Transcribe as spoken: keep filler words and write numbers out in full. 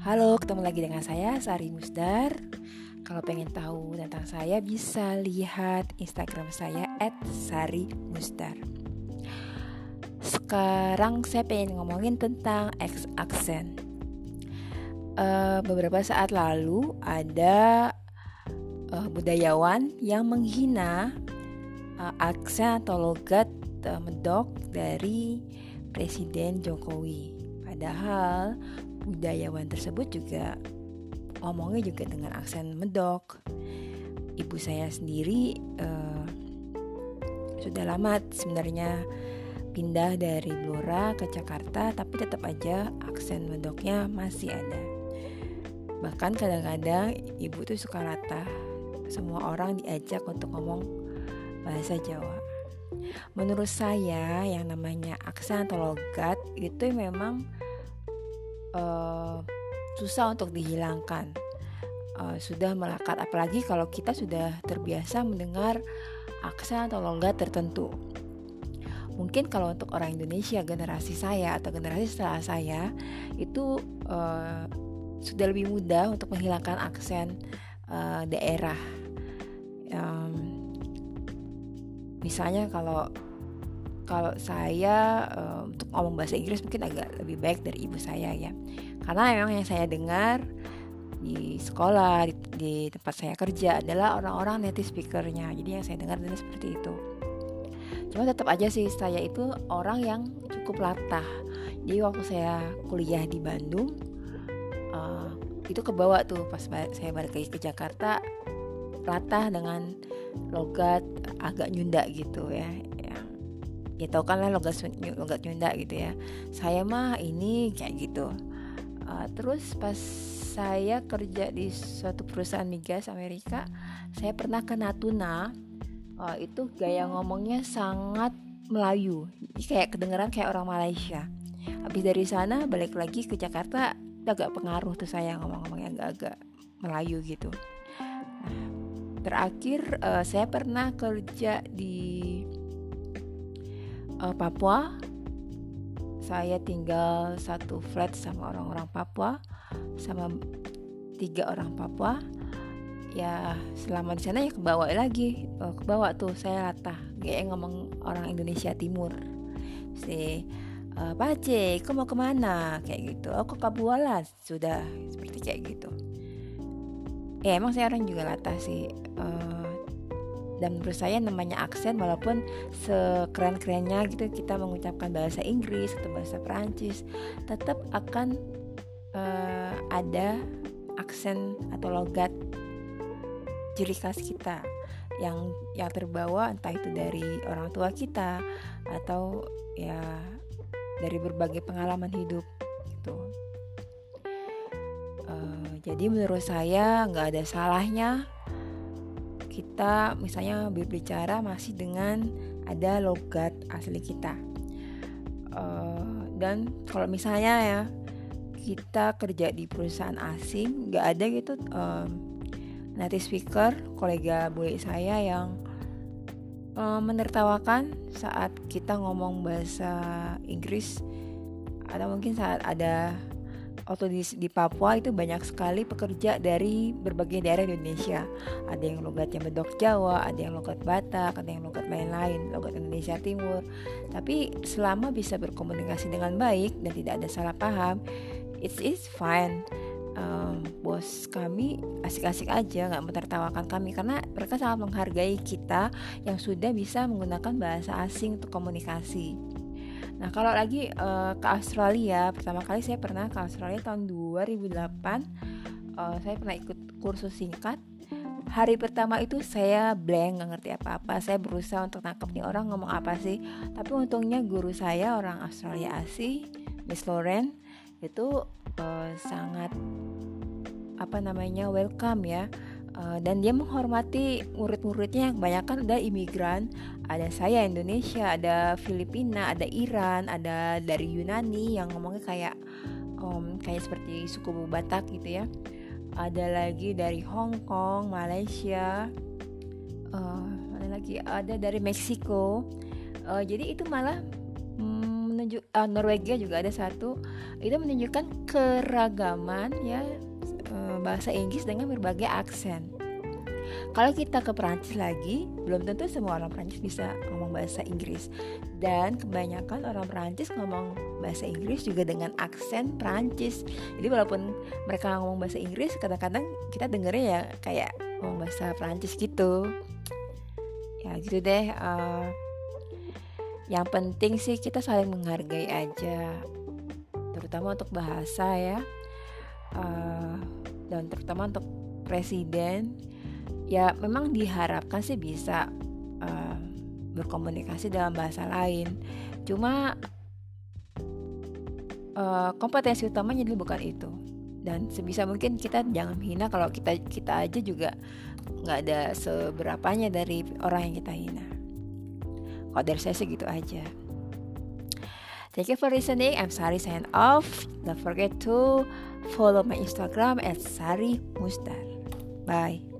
Halo, ketemu lagi dengan saya, Sari Musdar. Kalau pengen tahu tentang saya, bisa lihat Instagram saya et sari musdar. Sekarang saya pengen ngomongin tentang aksen. uh, Beberapa saat lalu ada uh, budayawan yang menghina uh, aksen atau logat uh, medok dari Presiden Jokowi. Padahal budayawan tersebut juga ngomongnya juga dengan aksen medok. Ibu saya sendiri uh, sudah lama sebenarnya pindah dari Blora ke Jakarta, tapi tetap aja aksen medoknya masih ada. Bahkan kadang-kadang ibu tuh suka latah semua orang diajak untuk ngomong bahasa Jawa. Menurut saya yang namanya aksen atau logat itu memang uh, susah untuk dihilangkan. Uh, sudah melekat, apalagi kalau kita sudah terbiasa mendengar aksen atau logat tertentu. Mungkin kalau untuk orang Indonesia generasi saya atau generasi setelah saya itu uh, sudah lebih mudah untuk menghilangkan aksen uh, daerah. Um, misalnya kalau kalau saya uh, untuk ngomong bahasa Inggris mungkin agak lebih baik dari ibu saya ya. Karena memang yang saya dengar di sekolah, di, di tempat saya kerja adalah orang-orang native speaker-nya. Jadi yang saya dengar adalah seperti itu. Cuma tetap aja sih saya itu orang yang cukup latah. Jadi waktu saya kuliah di Bandung, uh, itu kebawa tuh pas saya balik lagi ke Jakarta, latah dengan logat agak Nyunda gitu ya. Ya tau kan lah logat, logat Nyunda gitu ya. Saya mah ini kayak gitu. Uh, terus pas saya kerja di suatu perusahaan migas Amerika, saya pernah ke Natuna. Uh, itu gaya ngomongnya sangat Melayu, jadi kayak kedengeran kayak orang Malaysia. Habis dari sana balik lagi ke Jakarta, agak pengaruh tuh saya ngomong-ngomongnya agak-agak Melayu gitu. Nah, terakhir uh, saya pernah kerja di uh, Papua. Saya tinggal satu flat sama orang-orang Papua, sama tiga orang Papua. Ya selama di sana ya kebawa lagi, oh, kebawa tuh saya latah kayak ngomong orang Indonesia Timur. Si uh, Pace, kau mau kemana? Kayak gitu. Oh, kok Kabuala sudah seperti kayak gitu. Ya emang saya orang juga latah sih. Uh, dan menurut saya namanya aksen, walaupun sekeren-kerennya gitu kita mengucapkan bahasa Inggris atau bahasa Perancis, tetap akan uh, ada aksen atau logat ciri khas kita yang yang terbawa, entah itu dari orang tua kita atau ya dari berbagai pengalaman hidup gitu. Uh, jadi menurut saya nggak ada salahnya kita misalnya berbicara masih dengan ada logat asli kita. Uh, dan kalau misalnya ya kita kerja di perusahaan asing, nggak ada gitu uh, native speaker, kolega bule saya yang uh, menertawakan saat kita ngomong bahasa Inggris, atau mungkin saat ada waktu di, di Papua itu banyak sekali pekerja dari berbagai daerah di Indonesia. Ada yang logatnya medok Jawa, ada yang logat Batak, ada yang logat lain-lain, logat Indonesia Timur. Tapi selama bisa berkomunikasi dengan baik dan tidak ada salah paham, it's it's fine. Um, bos kami asik-asik aja, nggak menertawakan kami karena mereka sangat menghargai kita yang sudah bisa menggunakan bahasa asing untuk komunikasi. Nah kalau lagi uh, ke Australia, pertama kali saya pernah ke Australia tahun dua ribu delapan. uh, Saya pernah ikut kursus singkat. Hari pertama itu saya blank, nggak ngerti apa-apa. Saya berusaha untuk nangkep nih orang ngomong apa sih. Tapi untungnya guru saya orang Australia asli, Miss Lauren, itu uh, sangat apa namanya welcome ya, uh, dan dia menghormati murid-muridnya yang kebanyakan ada imigran, ada saya Indonesia, ada Filipina, ada Iran, ada dari Yunani yang ngomongnya kayak um, kayak seperti suku Batak gitu ya, ada lagi dari Hong Kong, Malaysia, uh, ada lagi ada dari Meksiko. Uh, jadi itu malah mm, menunjuk uh, Norwegia juga ada satu, itu menunjukkan keragaman ya uh, bahasa Inggris dengan berbagai aksen. Kalau kita ke Perancis lagi, belum tentu semua orang Perancis bisa ngomong bahasa Inggris. Dan kebanyakan orang Perancis ngomong bahasa Inggris juga dengan aksen Perancis. Jadi walaupun mereka ngomong bahasa Inggris, kadang-kadang kita dengernya ya kayak ngomong bahasa Perancis gitu. Ya gitu deh. Uh, yang penting sih kita saling menghargai aja, terutama untuk bahasa ya. Uh, dan terutama untuk presiden. Ya memang diharapkan sih bisa uh, berkomunikasi dalam bahasa lain. Cuma uh, kompetensi utamanya dulu bukan itu. Dan sebisa mungkin kita jangan hina kalau kita kita aja juga nggak ada seberapanya dari orang yang kita hina. Kalau dari saya sih gitu aja. Thank you for listening. I'm Sari sign off. Don't forget to follow my Instagram at Sari Mustar. Bye.